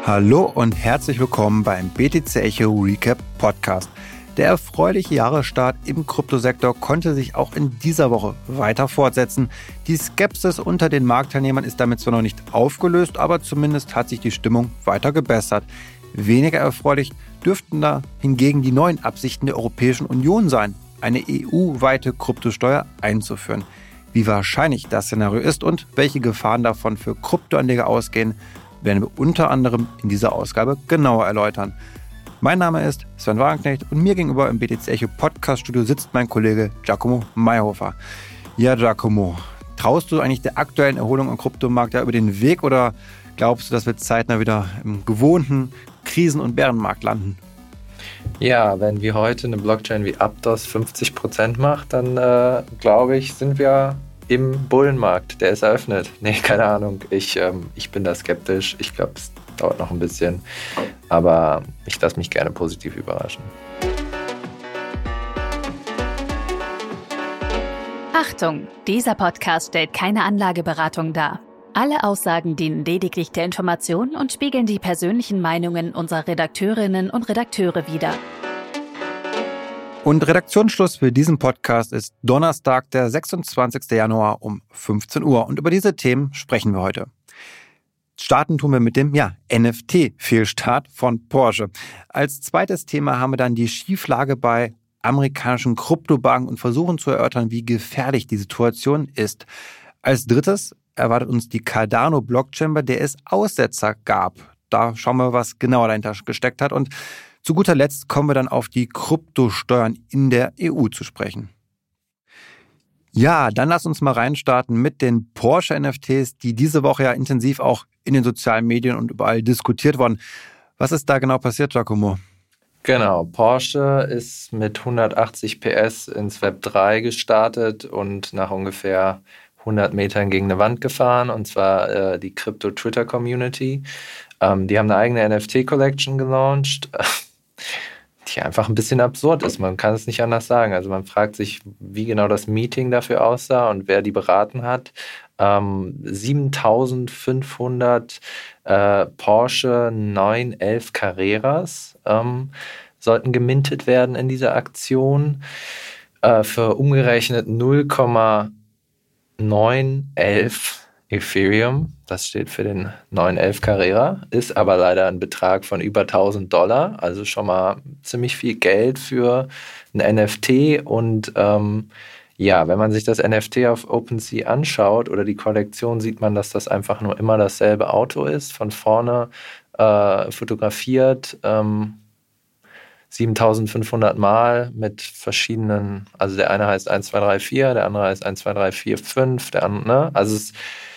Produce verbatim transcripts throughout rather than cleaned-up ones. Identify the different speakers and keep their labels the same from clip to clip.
Speaker 1: Hallo und herzlich willkommen beim B T C Echo Recap Podcast. Der erfreuliche Jahresstart im Kryptosektor konnte sich auch in dieser Woche weiter fortsetzen. Die Skepsis unter den Marktteilnehmern ist damit zwar noch nicht aufgelöst, aber zumindest hat sich die Stimmung weiter gebessert. Weniger erfreulich dürften da hingegen die neuen Absichten der Europäischen Union sein, eine E U-weite Kryptosteuer einzuführen. Wie wahrscheinlich das Szenario ist und welche Gefahren davon für Kryptoanleger ausgehen, werden wir unter anderem in dieser Ausgabe genauer erläutern. Mein Name ist Sven Wagenknecht und mir gegenüber im B T C Echo Podcast Studio sitzt mein Kollege Giacomo Mayhofer. Ja, Giacomo, traust du eigentlich der aktuellen Erholung am Kryptomarkt ja über den Weg oder glaubst du, dass wir zeitnah wieder im gewohnten Krisen- und Bärenmarkt landen?
Speaker 2: Ja, wenn wie heute eine Blockchain wie Aptos fünfzig Prozent macht, dann äh, glaube ich, sind wir im Bullenmarkt. Der ist eröffnet. Nee, keine Ahnung. Ich, ähm, ich bin da skeptisch. Ich glaube, es dauert noch ein bisschen. Aber ich lasse mich gerne positiv überraschen.
Speaker 3: Achtung! Dieser Podcast stellt keine Anlageberatung dar. Alle Aussagen dienen lediglich der Information und spiegeln die persönlichen Meinungen unserer Redakteurinnen und Redakteure wider.
Speaker 1: Und Redaktionsschluss für diesen Podcast ist Donnerstag, der sechsundzwanzigster Januar um fünfzehn Uhr. Und über diese Themen sprechen wir heute. Starten tun wir mit dem ja, N F T-Fehlstart von Porsche. Als zweites Thema haben wir dann die Schieflage bei amerikanischen Kryptobanken und versuchen zu erörtern, wie gefährlich die Situation ist. Als drittes erwartet uns die Cardano-Blockchain, bei der es Aussetzer gab. Da schauen wir, was genauer dahinter gesteckt hat. Und zu guter Letzt kommen wir dann auf die Kryptosteuern in der E U zu sprechen. Ja, dann lass uns mal reinstarten mit den Porsche N F Ts, die diese Woche ja intensiv auch in den sozialen Medien und überall diskutiert wurden. Was ist da genau passiert, Giacomo?
Speaker 2: Genau, Porsche ist mit hundertachtzig P S ins Web drei gestartet und nach ungefähr hundert Metern gegen eine Wand gefahren, und zwar äh, die Crypto-Twitter-Community. Ähm, die haben eine eigene N F T-Collection gelauncht, die einfach ein bisschen absurd ist. Man kann es nicht anders sagen. Also man fragt sich, wie genau das Meeting dafür aussah und wer die beraten hat. Ähm, siebentausendfünfhundert äh, Porsche neun elf Carreras ähm, sollten gemintet werden in dieser Aktion. Äh, für umgerechnet null Komma neun elf Ethereum, das steht für den neun elf Carrera, ist aber leider ein Betrag von über tausend Dollar, also schon mal ziemlich viel Geld für ein N F T. Und ähm, ja, wenn man sich das N F T auf OpenSea anschaut oder die Kollektion, sieht man, dass das einfach nur immer dasselbe Auto ist, von vorne äh, fotografiert, ähm, siebentausendfünfhundert Mal mit verschiedenen, also der eine heißt eins zwei drei vier, der andere heißt eins zwei drei vier fünf, der andere, ne? Also es,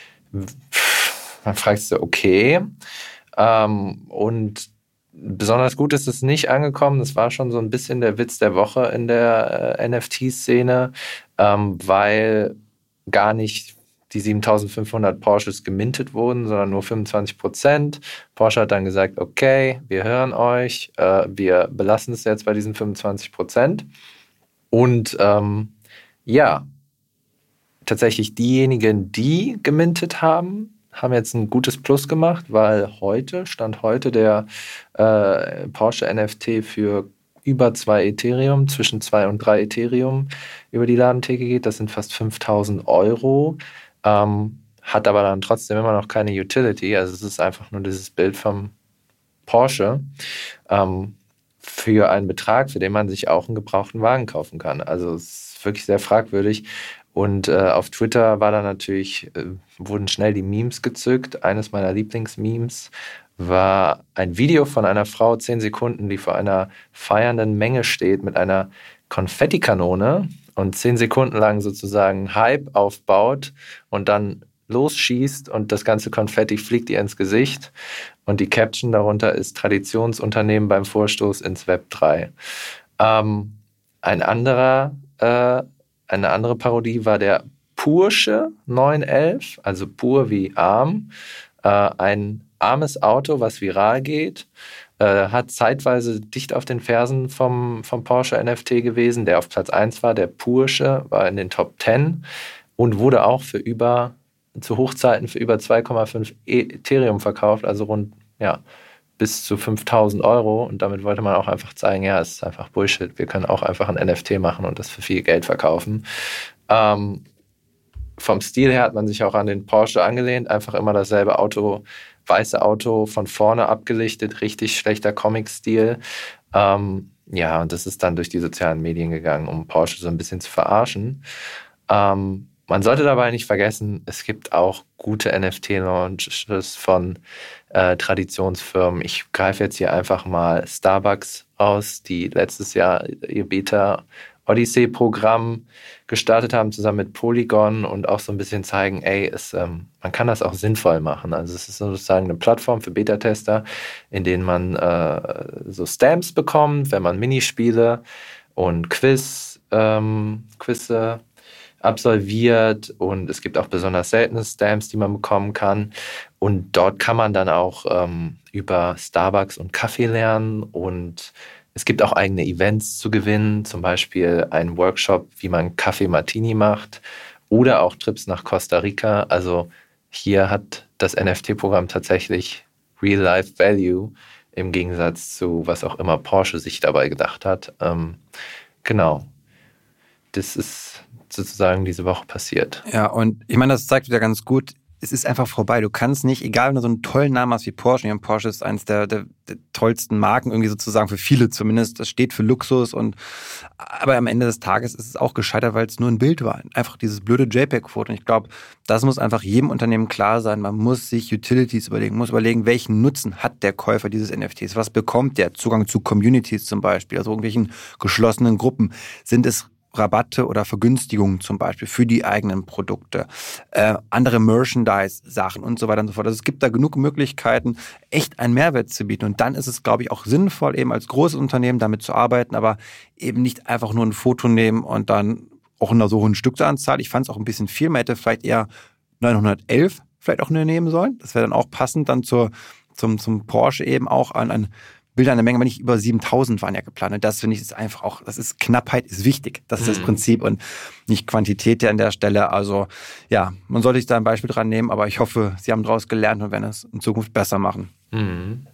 Speaker 2: man fragt sich so, okay. Ähm, und besonders gut ist es nicht angekommen. Das war schon so ein bisschen der Witz der Woche in der äh, N F T-Szene, ähm, weil gar nicht die siebentausendfünfhundert Porsches gemintet wurden, sondern nur fünfundzwanzig Prozent. Porsche hat dann gesagt, okay, wir hören euch, äh, wir belassen es jetzt bei diesen fünfundzwanzig Prozent. Und ähm, ja, tatsächlich diejenigen, die gemintet haben, haben jetzt ein gutes Plus gemacht, weil heute, Stand heute, der äh, Porsche N F T für über zwei Ethereum, zwischen zwei und drei Ethereum über die Ladentheke geht. Das sind fast fünftausend Euro. Ähm, hat aber dann trotzdem immer noch keine Utility. Also es ist einfach nur dieses Bild vom Porsche ähm, für einen Betrag, für den man sich auch einen gebrauchten Wagen kaufen kann. Also es ist wirklich sehr fragwürdig. Und äh, auf Twitter war dann natürlich, äh, wurden schnell die Memes gezückt. Eines meiner Lieblingsmemes war ein Video von einer Frau, zehn Sekunden, die vor einer feiernden Menge steht mit einer Konfettikanone und zehn Sekunden lang sozusagen Hype aufbaut und dann losschießt und das ganze Konfetti fliegt ihr ins Gesicht. Und die Caption darunter ist Traditionsunternehmen beim Vorstoß ins Web drei. Ähm, ein anderer äh, Eine andere Parodie war der Porsche neun elf, also pur wie arm. Äh, ein armes Auto, was viral geht, äh, hat zeitweise dicht auf den Fersen vom, vom Porsche N F T gewesen, der auf Platz eins war. Der Porsche war in den Top zehn und wurde auch für über, zu Hochzeiten für über zwei Komma fünf Ethereum verkauft, also rund ja, bis zu fünftausend Euro und damit wollte man auch einfach zeigen, ja, es ist einfach Bullshit. Wir können auch einfach ein N F T machen und das für viel Geld verkaufen. Ähm, vom Stil her hat man sich auch an den Porsche angelehnt, einfach immer dasselbe Auto, weiße Auto von vorne abgelichtet, richtig schlechter Comic-Stil. Ähm, ja, und das ist dann durch die sozialen Medien gegangen, um Porsche so ein bisschen zu verarschen. Ähm, man sollte dabei nicht vergessen, es gibt auch gute N F T-Launches von äh, Traditionsfirmen. Ich greife jetzt hier einfach mal Starbucks aus, die letztes Jahr ihr Beta Odyssey-Programm gestartet haben, zusammen mit Polygon und auch so ein bisschen zeigen, ey, es, ähm, man kann das auch sinnvoll machen. Also es ist sozusagen eine Plattform für Beta-Tester, in denen man äh, so Stamps bekommt, wenn man Minispiele und Quiz, ähm, Quizze absolviert, und es gibt auch besonders seltene Stamps, die man bekommen kann, und dort kann man dann auch ähm, über Starbucks und Kaffee lernen, und es gibt auch eigene Events zu gewinnen, zum Beispiel einen Workshop, wie man Kaffee Martini macht, oder auch Trips nach Costa Rica. Also hier hat das N F T-Programm tatsächlich Real-Life-Value im Gegensatz zu was auch immer Porsche sich dabei gedacht hat. Ähm, genau, das ist sozusagen diese Woche passiert.
Speaker 1: Ja, und ich meine, das zeigt wieder ganz gut, es ist einfach vorbei. Du kannst nicht, egal wenn du so einen tollen Namen hast wie Porsche, und Porsche ist eines der, der, der tollsten Marken, irgendwie sozusagen für viele zumindest, das steht für Luxus, und aber am Ende des Tages ist es auch gescheitert, weil es nur ein Bild war. Einfach dieses blöde JPEG-Foto. Und ich glaube, das muss einfach jedem Unternehmen klar sein. Man muss sich Utilities überlegen, muss überlegen, welchen Nutzen hat der Käufer dieses N F Ts? Was bekommt der? Zugang zu Communities zum Beispiel, also irgendwelchen geschlossenen Gruppen. Sind es Rabatte oder Vergünstigungen zum Beispiel für die eigenen Produkte, äh, andere Merchandise-Sachen und so weiter und so fort. Also es gibt da genug Möglichkeiten, echt einen Mehrwert zu bieten. Und dann ist es, glaube ich, auch sinnvoll, eben als großes Unternehmen damit zu arbeiten, aber eben nicht einfach nur ein Foto nehmen und dann auch in einer so hohen Stückzahlenzahl. Ich fand es auch ein bisschen viel. Man hätte vielleicht eher neunhundertelf vielleicht auch nur nehmen sollen. Das wäre dann auch passend dann zur, zum, zum Porsche eben auch an ein Bilder eine Menge, aber nicht über siebentausend waren ja geplant. Und das finde ich ist einfach auch, das ist Knappheit ist wichtig. Das ist das Prinzip und nicht Quantität ja an der Stelle. Also ja, man sollte sich da ein Beispiel dran nehmen, aber ich hoffe, Sie haben daraus gelernt und werden es in Zukunft besser machen.
Speaker 2: Mhm.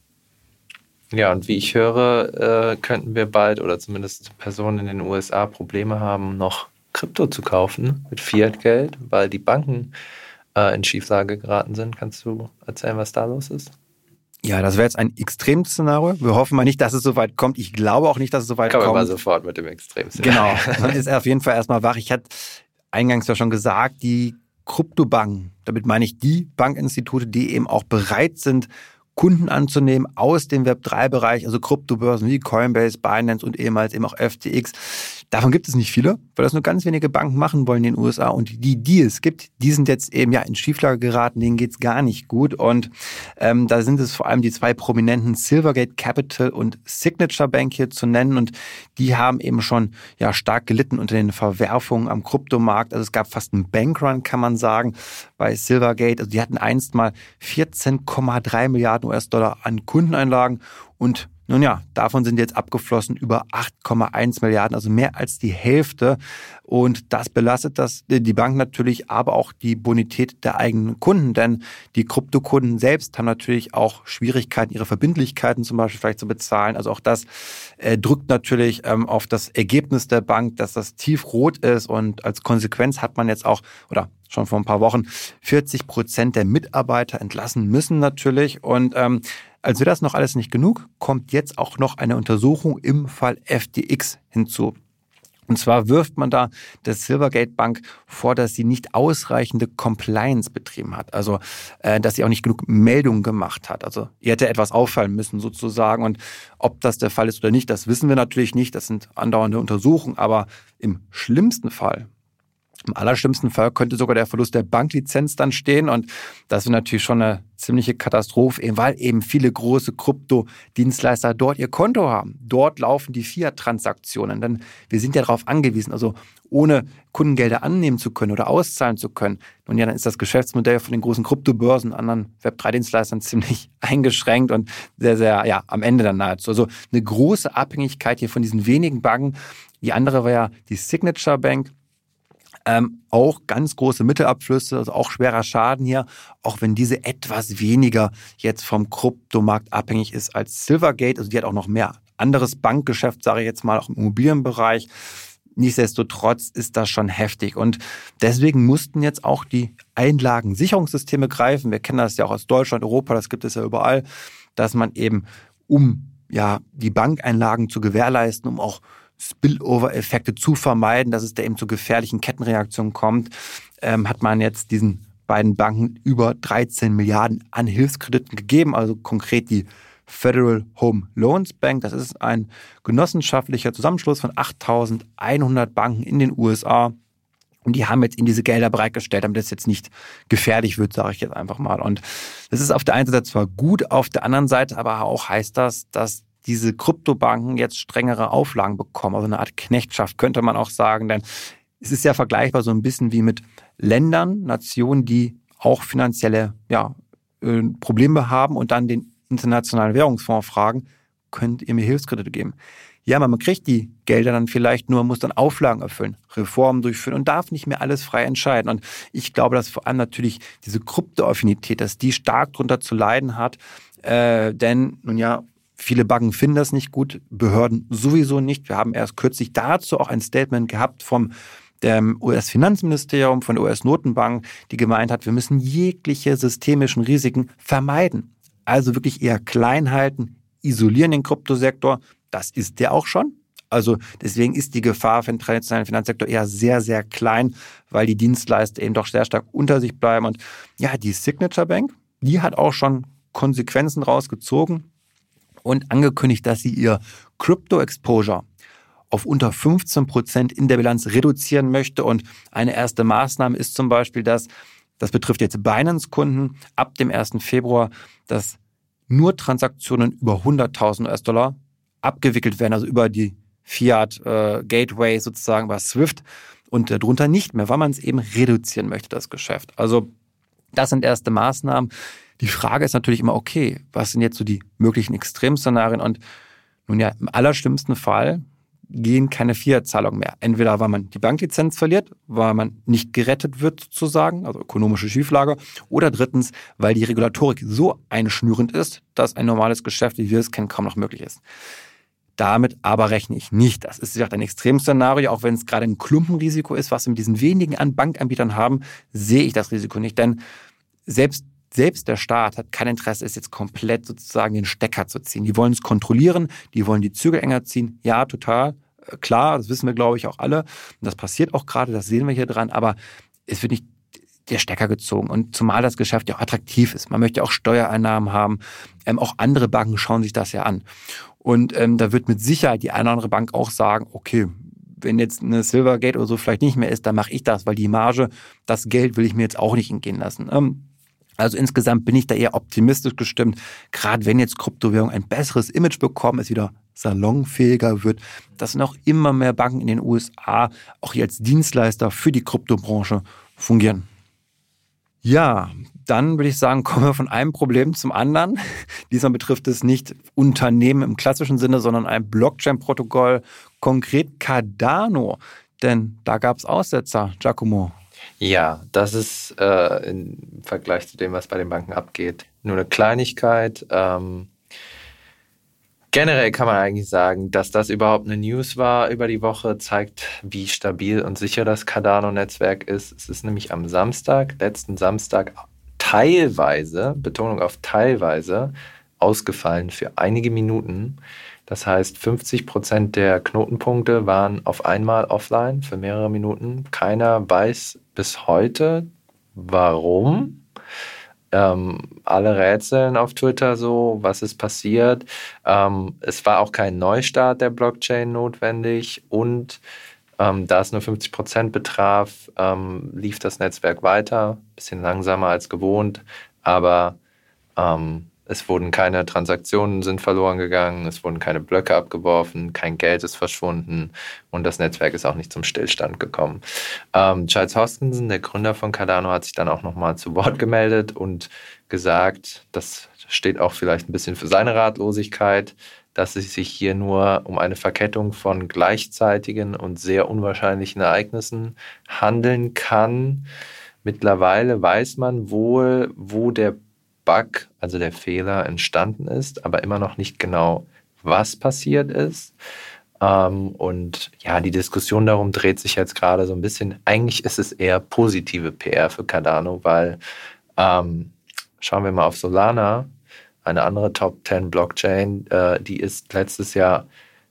Speaker 2: Ja, und wie ich höre, äh, könnten wir bald oder zumindest Personen in den U S A Probleme haben, noch Krypto zu kaufen mit Fiat-Geld, weil die Banken äh, in Schieflage geraten sind. Kannst du erzählen, was da los ist?
Speaker 1: Ja, das wäre jetzt ein Extremszenario. Wir hoffen mal nicht, dass es so weit kommt. Ich glaube auch nicht, dass es so weit kommt.
Speaker 2: Kommen wir mal sofort mit dem Extremszenario.
Speaker 1: Genau, man ist auf jeden Fall erstmal wach. Ich hatte eingangs ja schon gesagt, die Kryptobanken, damit meine ich die Bankinstitute, die eben auch bereit sind, Kunden anzunehmen aus dem Web drei Bereich, also Kryptobörsen wie Coinbase, Binance und ehemals eben auch F T X. Davon gibt es nicht viele, weil das nur ganz wenige Banken machen wollen in den U S A. Und die, die es gibt, die sind jetzt eben ja in Schieflage geraten, denen geht's gar nicht gut. Und ähm, da sind es vor allem die zwei prominenten Silvergate Capital und Signature Bank hier zu nennen. Und die haben eben schon ja stark gelitten unter den Verwerfungen am Kryptomarkt. Also es gab fast einen Bankrun, kann man sagen, bei Silvergate. Also die hatten einst mal vierzehn Komma drei Milliarden U S-Dollar an Kundeneinlagen und nun ja, davon sind jetzt abgeflossen über acht Komma eins Milliarden, also mehr als die Hälfte. Und das belastet das, die Bank natürlich, aber auch die Bonität der eigenen Kunden. Denn die Kryptokunden selbst haben natürlich auch Schwierigkeiten, ihre Verbindlichkeiten zum Beispiel vielleicht zu bezahlen. Also auch das äh, drückt natürlich ähm, auf das Ergebnis der Bank, dass das tiefrot ist. Und als Konsequenz hat man jetzt auch, oder schon vor ein paar Wochen, vierzig Prozent der Mitarbeiter entlassen müssen natürlich. Und ähm, als wäre das noch alles nicht genug, kommt jetzt auch noch eine Untersuchung im Fall F T X hinzu. Und zwar wirft man da der Silvergate Bank vor, dass sie nicht ausreichende Compliance betrieben hat. Also, äh, dass sie auch nicht genug Meldungen gemacht hat. Also, ihr hätte etwas auffallen müssen sozusagen. Und ob das der Fall ist oder nicht, das wissen wir natürlich nicht. Das sind andauernde Untersuchungen. Aber im schlimmsten Fall, im allerschlimmsten Fall könnte sogar der Verlust der Banklizenz dann stehen. Und das ist natürlich schon eine ziemliche Katastrophe, weil eben viele große Kryptodienstleister dort ihr Konto haben. Dort laufen die Fiat-Transaktionen. Denn wir sind ja darauf angewiesen, also ohne Kundengelder annehmen zu können oder auszahlen zu können. Nun ja, dann ist das Geschäftsmodell von den großen Kryptobörsen, anderen Web drei Dienstleistern ziemlich eingeschränkt und sehr, sehr, ja, am Ende dann nahezu. Also eine große Abhängigkeit hier von diesen wenigen Banken. Die andere war ja die Signature Bank. Ähm, auch ganz große Mittelabflüsse, also auch schwerer Schaden hier, auch wenn diese etwas weniger jetzt vom Kryptomarkt abhängig ist als Silvergate. Also die hat auch noch mehr anderes Bankgeschäft, sage ich jetzt mal, auch im Immobilienbereich. Nichtsdestotrotz ist das schon heftig. Und deswegen mussten jetzt auch die Einlagensicherungssysteme greifen. Wir kennen das ja auch aus Deutschland, Europa, das gibt es ja überall, dass man eben, um ja die Bankeinlagen zu gewährleisten, um auch Spillover-Effekte zu vermeiden, dass es da eben zu gefährlichen Kettenreaktionen kommt, ähm, hat man jetzt diesen beiden Banken über dreizehn Milliarden an Hilfskrediten gegeben, also konkret die Federal Home Loans Bank. Das ist ein genossenschaftlicher Zusammenschluss von achttausendeinhundert Banken in den U S A. Und die haben jetzt ihnen diese Gelder bereitgestellt, damit es jetzt nicht gefährlich wird, sage ich jetzt einfach mal. Und das ist auf der einen Seite zwar gut, auf der anderen Seite aber auch heißt das, dass diese Kryptobanken jetzt strengere Auflagen bekommen. Also eine Art Knechtschaft könnte man auch sagen, denn es ist ja vergleichbar so ein bisschen wie mit Ländern, Nationen, die auch finanzielle ja, Probleme haben und dann den Internationalen Währungsfonds fragen, könnt ihr mir Hilfskredite geben? Ja, man kriegt die Gelder dann vielleicht nur, muss dann Auflagen erfüllen, Reformen durchführen und darf nicht mehr alles frei entscheiden. Und ich glaube, dass vor allem natürlich diese Kryptoaffinität, dass die stark drunter zu leiden hat, äh, denn nun ja, viele Banken finden das nicht gut, Behörden sowieso nicht. Wir haben erst kürzlich dazu auch ein Statement gehabt vom dem U S-Finanzministerium, von der U S-Notenbank, die gemeint hat, wir müssen jegliche systemischen Risiken vermeiden. Also wirklich eher klein halten, isolieren den Kryptosektor. Das ist der auch schon. Also deswegen ist die Gefahr für den traditionellen Finanzsektor eher sehr, sehr klein, weil die Dienstleister eben doch sehr stark unter sich bleiben. Und ja, die Signature Bank, die hat auch schon Konsequenzen rausgezogen und angekündigt, dass sie ihr Crypto-Exposure auf unter fünfzehn Prozent in der Bilanz reduzieren möchte. Und eine erste Maßnahme ist zum Beispiel, dass, das betrifft jetzt Binance-Kunden, ab dem ersten Februar, dass nur Transaktionen über hunderttausend U S-Dollar abgewickelt werden, also über die Fiat-Gateway äh, sozusagen, über Swift und darunter nicht mehr, weil man es eben reduzieren möchte, das Geschäft. Also das sind erste Maßnahmen. Die Frage ist natürlich immer, okay, was sind jetzt so die möglichen Extremszenarien? Und nun ja, im allerschlimmsten Fall gehen keine Fiat-Zahlungen mehr. Entweder weil man die Banklizenz verliert, weil man nicht gerettet wird sozusagen, also ökonomische Schieflage, oder drittens, weil die Regulatorik so einschnürend ist, dass ein normales Geschäft, wie wir es kennen, kaum noch möglich ist. Damit aber rechne ich nicht. Das ist ein Extremszenario, auch wenn es gerade ein Klumpenrisiko ist, was wir mit diesen wenigen Bankanbietern haben, sehe ich das Risiko nicht. Denn selbst Selbst der Staat hat kein Interesse, es jetzt komplett sozusagen den Stecker zu ziehen. Die wollen es kontrollieren, die wollen die Zügel enger ziehen. Ja, total, klar, das wissen wir, glaube ich, auch alle. Und das passiert auch gerade, das sehen wir hier dran. Aber es wird nicht der Stecker gezogen. Und zumal das Geschäft ja auch attraktiv ist. Man möchte auch Steuereinnahmen haben. Ähm, auch andere Banken schauen sich das ja an. Und ähm, da wird mit Sicherheit die eine oder andere Bank auch sagen, okay, wenn jetzt eine Silvergate oder so vielleicht nicht mehr ist, dann mache ich das, weil die Marge, das Geld will ich mir jetzt auch nicht entgehen lassen. Ähm, Also insgesamt bin ich da eher optimistisch gestimmt, gerade wenn jetzt Kryptowährung ein besseres Image bekommen, es wieder salonfähiger wird, dass noch immer mehr Banken in den U S A auch hier als Dienstleister für die Kryptobranche fungieren. Ja, dann würde ich sagen, kommen wir von einem Problem zum anderen. Diesmal betrifft es nicht Unternehmen im klassischen Sinne, sondern ein Blockchain-Protokoll, konkret Cardano. Denn da gab es Aussetzer, Giacomo.
Speaker 2: Ja, das ist äh, im Vergleich zu dem, was bei den Banken abgeht, nur eine Kleinigkeit. Ähm, generell kann man eigentlich sagen, dass das überhaupt eine News war über die Woche, zeigt, wie stabil und sicher das Cardano-Netzwerk ist. Es ist nämlich am Samstag, letzten Samstag, teilweise, Betonung auf teilweise, ausgefallen für einige Minuten. Das heißt, fünfzig Prozent der Knotenpunkte waren auf einmal offline für mehrere Minuten. Keiner weiß bis heute, warum. Ähm, alle rätseln auf Twitter so, was ist passiert. Ähm, es war auch kein Neustart der Blockchain notwendig und ähm, da es nur fünfzig Prozent betraf, ähm, lief das Netzwerk weiter. Bisschen langsamer als gewohnt, aber ähm, es wurden keine Transaktionen sind verloren gegangen, es wurden keine Blöcke abgeworfen, kein Geld ist verschwunden und das Netzwerk ist auch nicht zum Stillstand gekommen. Ähm, Giles Hoskinson, der Gründer von Cardano, hat sich dann auch nochmal zu Wort gemeldet und gesagt, das steht auch vielleicht ein bisschen für seine Ratlosigkeit, dass es sich hier nur um eine Verkettung von gleichzeitigen und sehr unwahrscheinlichen Ereignissen handeln kann. Mittlerweile weiß man wohl, wo der Bug, also der Fehler, entstanden ist, aber immer noch nicht genau, was passiert ist. Ähm, und ja, die Diskussion darum dreht sich jetzt gerade so ein bisschen. Eigentlich ist es eher positive P R für Cardano, weil ähm, schauen wir mal auf Solana, eine andere Top zehn Blockchain, äh, die ist letztes Jahr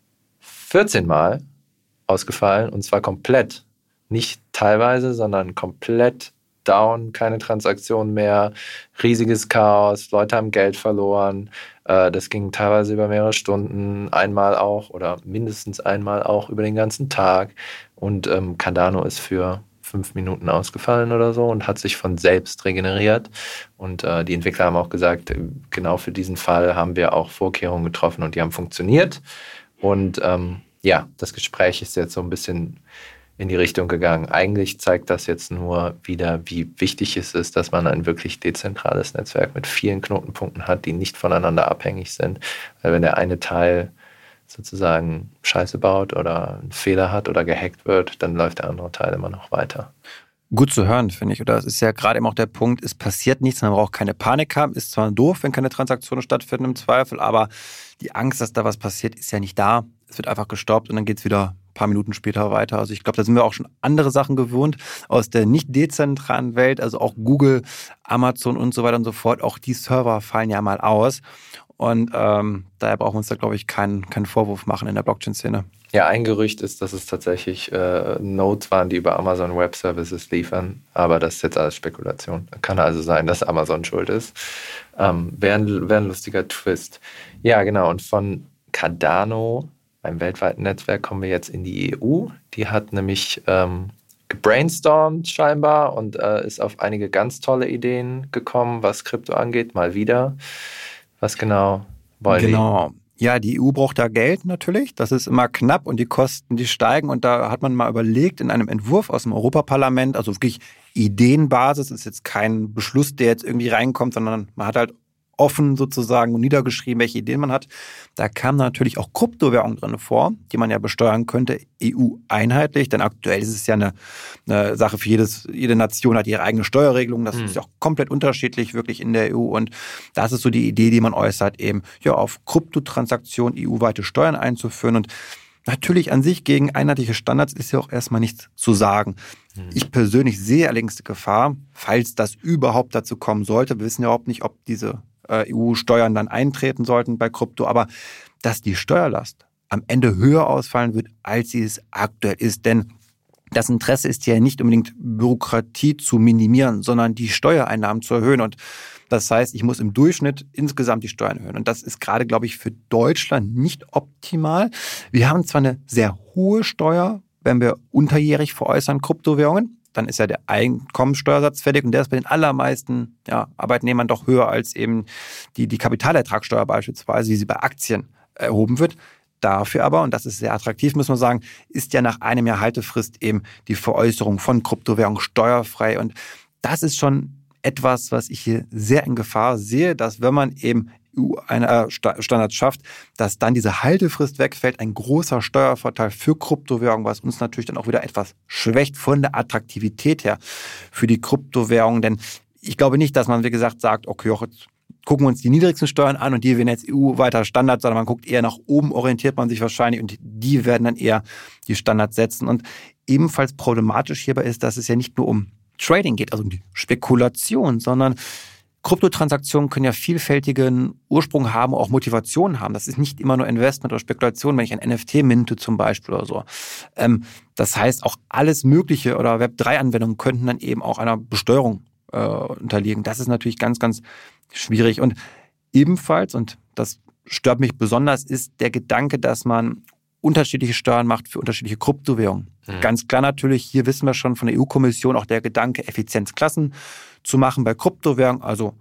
Speaker 2: vierzehn Mal ausgefallen und zwar komplett. Nicht teilweise, sondern komplett down, keine Transaktionen mehr, riesiges Chaos, Leute haben Geld verloren. Äh, das ging teilweise über mehrere Stunden, einmal auch oder mindestens einmal auch über den ganzen Tag. Und ähm, Cardano ist für fünf Minuten ausgefallen oder so und hat sich von selbst regeneriert. Und äh, die Entwickler haben auch gesagt, genau für diesen Fall haben wir auch Vorkehrungen getroffen und die haben funktioniert. Und ähm, ja, das Gespräch ist jetzt so ein bisschen in die Richtung gegangen. Eigentlich zeigt das jetzt nur wieder, wie wichtig es ist, dass man ein wirklich dezentrales Netzwerk mit vielen Knotenpunkten hat, die nicht voneinander abhängig sind. Weil wenn der eine Teil sozusagen Scheiße baut oder einen Fehler hat oder gehackt wird, dann läuft der andere Teil immer noch weiter.
Speaker 1: Gut zu hören, finde ich. Oder es ist ja gerade eben auch der Punkt, es passiert nichts, man braucht keine Panik haben. Ist zwar doof, wenn keine Transaktionen stattfinden im Zweifel, aber die Angst, dass da was passiert, ist ja nicht da. Es wird einfach gestoppt und dann geht es wieder ein paar Minuten später weiter. Also ich glaube, da sind wir auch schon andere Sachen gewohnt aus der nicht dezentralen Welt, also auch Google, Amazon und so weiter und so fort. Auch die Server fallen ja mal aus. Und ähm, daher brauchen wir uns da, glaube ich, keinen, keinen Vorwurf machen in der Blockchain-Szene.
Speaker 2: Ja, ein Gerücht ist, dass es tatsächlich äh, Nodes waren, die über Amazon Web Services liefern. Aber das ist jetzt alles Spekulation. Kann also sein, dass Amazon schuld ist. Ähm, Wäre ein, wär ein lustiger Twist. Ja, genau. Und von Cardano, beim weltweiten Netzwerk, kommen wir jetzt in die E U. Die hat nämlich ähm, gebrainstormt scheinbar und äh, ist auf einige ganz tolle Ideen gekommen, was Krypto angeht. Mal wieder. Was genau wollen
Speaker 1: Genau. Die? Ja, die E U braucht da Geld natürlich. Das ist immer knapp und die Kosten, die steigen. Und da hat man mal überlegt, in einem Entwurf aus dem Europaparlament, also wirklich Ideenbasis, ist jetzt kein Beschluss, der jetzt irgendwie reinkommt, sondern man hat halt offen sozusagen niedergeschrieben, welche Ideen man hat. Da kam natürlich auch Kryptowährung drin vor, die man ja besteuern könnte, E U-einheitlich. Denn aktuell ist es ja eine, eine Sache für jedes, jede Nation hat ihre eigene Steuerregelung. Das mhm. ist ja auch komplett unterschiedlich wirklich in der E U. Und das ist so die Idee, die man äußert, eben ja auf Kryptotransaktionen E U-weite Steuern einzuführen. Und natürlich an sich gegen einheitliche Standards ist ja auch erstmal nichts zu sagen. Mhm. Ich persönlich sehe allerdings die Gefahr, falls das überhaupt dazu kommen sollte. Wir wissen ja überhaupt nicht, ob diese E U-Steuern dann eintreten sollten bei Krypto, aber dass die Steuerlast am Ende höher ausfallen wird, als sie es aktuell ist. Denn das Interesse ist ja nicht unbedingt Bürokratie zu minimieren, sondern die Steuereinnahmen zu erhöhen. Und das heißt, ich muss im Durchschnitt insgesamt die Steuern erhöhen. Und das ist gerade, glaube ich, für Deutschland nicht optimal. Wir haben zwar eine sehr hohe Steuer, wenn wir unterjährig veräußern Kryptowährungen. Dann ist ja der Einkommensteuersatz fällig und der ist bei den allermeisten ja, Arbeitnehmern doch höher als eben die, die Kapitalertragssteuer beispielsweise, wie sie bei Aktien erhoben wird. Dafür aber, und das ist sehr attraktiv, muss man sagen, ist ja nach einem Jahr Haltefrist eben die Veräußerung von Kryptowährungen steuerfrei. Und das ist schon etwas, was ich hier sehr in Gefahr sehe, dass wenn man eben E U-Standards schafft, dass dann diese Haltefrist wegfällt, ein großer Steuervorteil für Kryptowährungen, was uns natürlich dann auch wieder etwas schwächt von der Attraktivität her für die Kryptowährungen. Denn ich glaube nicht, dass man, wie gesagt, sagt, okay, jetzt gucken wir uns die niedrigsten Steuern an und die werden jetzt E U-weiter Standard, sondern man guckt eher nach oben, orientiert man sich wahrscheinlich und die werden dann eher die Standards setzen. Und ebenfalls problematisch hierbei ist, dass es ja nicht nur um Trading geht, also um die Spekulation, sondern Kryptotransaktionen können ja vielfältigen Ursprung haben, auch Motivation haben. Das ist nicht immer nur Investment oder Spekulation, wenn ich ein N F T minte zum Beispiel oder so. Ähm, das heißt, auch alles Mögliche oder Web drei Anwendungen könnten dann eben auch einer Besteuerung äh, unterliegen. Das ist natürlich ganz, ganz schwierig. Und ebenfalls, und das stört mich besonders, ist der Gedanke, dass man unterschiedliche Steuern macht für unterschiedliche Kryptowährungen. Mhm. Ganz klar natürlich, hier wissen wir schon von der E U-Kommission auch der Gedanke, Effizienzklassen zu machen bei Kryptowährungen, also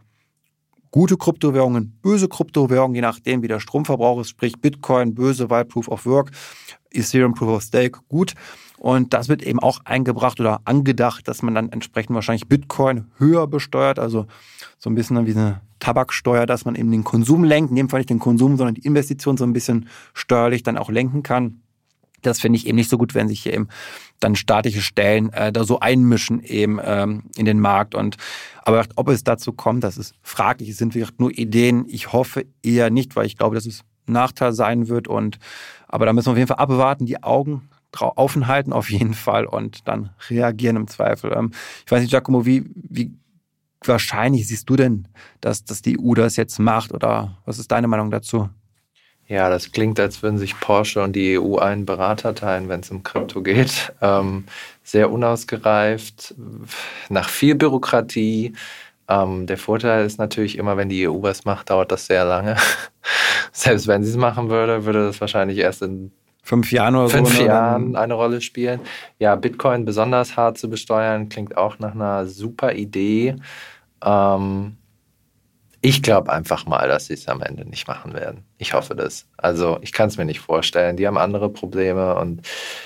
Speaker 1: gute Kryptowährungen, böse Kryptowährungen, je nachdem wie der Stromverbrauch ist, sprich Bitcoin, böse, weil Proof of Work, Ethereum Proof of Stake gut. Und das wird eben auch eingebracht oder angedacht, dass man dann entsprechend wahrscheinlich Bitcoin höher besteuert, also so ein bisschen wie eine Tabaksteuer, dass man eben den Konsum lenkt, in dem Fall nicht den Konsum, sondern die Investition so ein bisschen steuerlich dann auch lenken kann. Das finde ich eben nicht so gut, wenn sich hier eben dann staatliche Stellen äh, da so einmischen eben ähm, in den Markt. Und aber ob es dazu kommt, das ist fraglich. Es sind vielleicht nur Ideen. Ich hoffe eher nicht, weil ich glaube, dass es ein Nachteil sein wird. Und aber da müssen wir auf jeden Fall abwarten, die Augen drauf offen halten auf jeden Fall und dann reagieren im Zweifel. Ähm, ich weiß nicht, Giacomo, wie, wie wahrscheinlich siehst du denn, dass, dass die E U das jetzt macht? Oder was ist deine Meinung dazu?
Speaker 2: Ja, das klingt, als würden sich Porsche und die E U einen Berater teilen, wenn es um Krypto geht. Ähm, sehr unausgereift, nach viel Bürokratie. Ähm, der Vorteil ist natürlich immer, wenn die E U was macht, dauert das sehr lange. Selbst wenn sie es machen würde, würde das wahrscheinlich erst in
Speaker 1: fünf Jahren oder
Speaker 2: fünf
Speaker 1: so.
Speaker 2: Jahren eine Rolle spielen. Ja, Bitcoin besonders hart zu besteuern, klingt auch nach einer super Idee. Ähm, Ich glaube einfach mal, dass sie es am Ende nicht machen werden. Ich hoffe das. Also ich kann es mir nicht vorstellen. Die haben andere Probleme und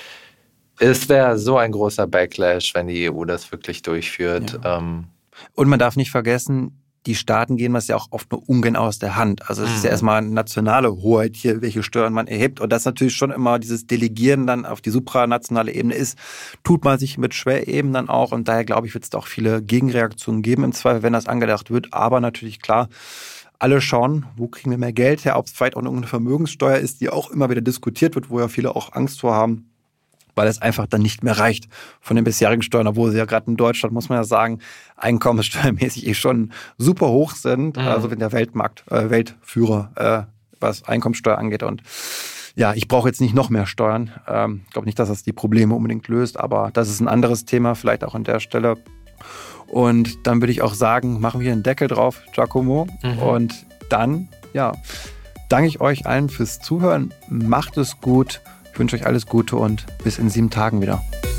Speaker 2: es wäre so ein großer Backlash, wenn die E U das wirklich durchführt.
Speaker 1: Ja.
Speaker 2: Ähm,
Speaker 1: und man darf nicht vergessen, die Staaten gehen das ja auch oft nur ungern aus der Hand. Also es mhm. ist ja erstmal eine nationale Hoheit hier, welche Steuern man erhebt. Und das natürlich schon immer dieses Delegieren dann auf die supranationale Ebene ist, tut man sich mit schwer eben dann auch. Und daher glaube ich, wird es da auch viele Gegenreaktionen geben im Zweifel, wenn das angedacht wird. Aber natürlich klar, alle schauen, wo kriegen wir mehr Geld her, ob es vielleicht auch irgendeine Vermögenssteuer ist, die auch immer wieder diskutiert wird, wo ja viele auch Angst vor haben, weil es einfach dann nicht mehr reicht von den bisherigen Steuern, obwohl sie ja gerade in Deutschland, muss man ja sagen, einkommenssteuermäßig eh schon super hoch sind. Mhm. Also wenn der Weltmarkt, äh, Weltführer, äh, was Einkommenssteuer angeht. Und ja, ich brauche jetzt nicht noch mehr Steuern. Ähm, ich glaube nicht, dass das die Probleme unbedingt löst, aber das ist ein anderes Thema, vielleicht auch an der Stelle. Und dann würde ich auch sagen, machen wir einen Deckel drauf, Giacomo. Mhm. Und dann, ja, danke ich euch allen fürs Zuhören. Macht es gut. Ich wünsche euch alles Gute und bis in sieben Tagen wieder.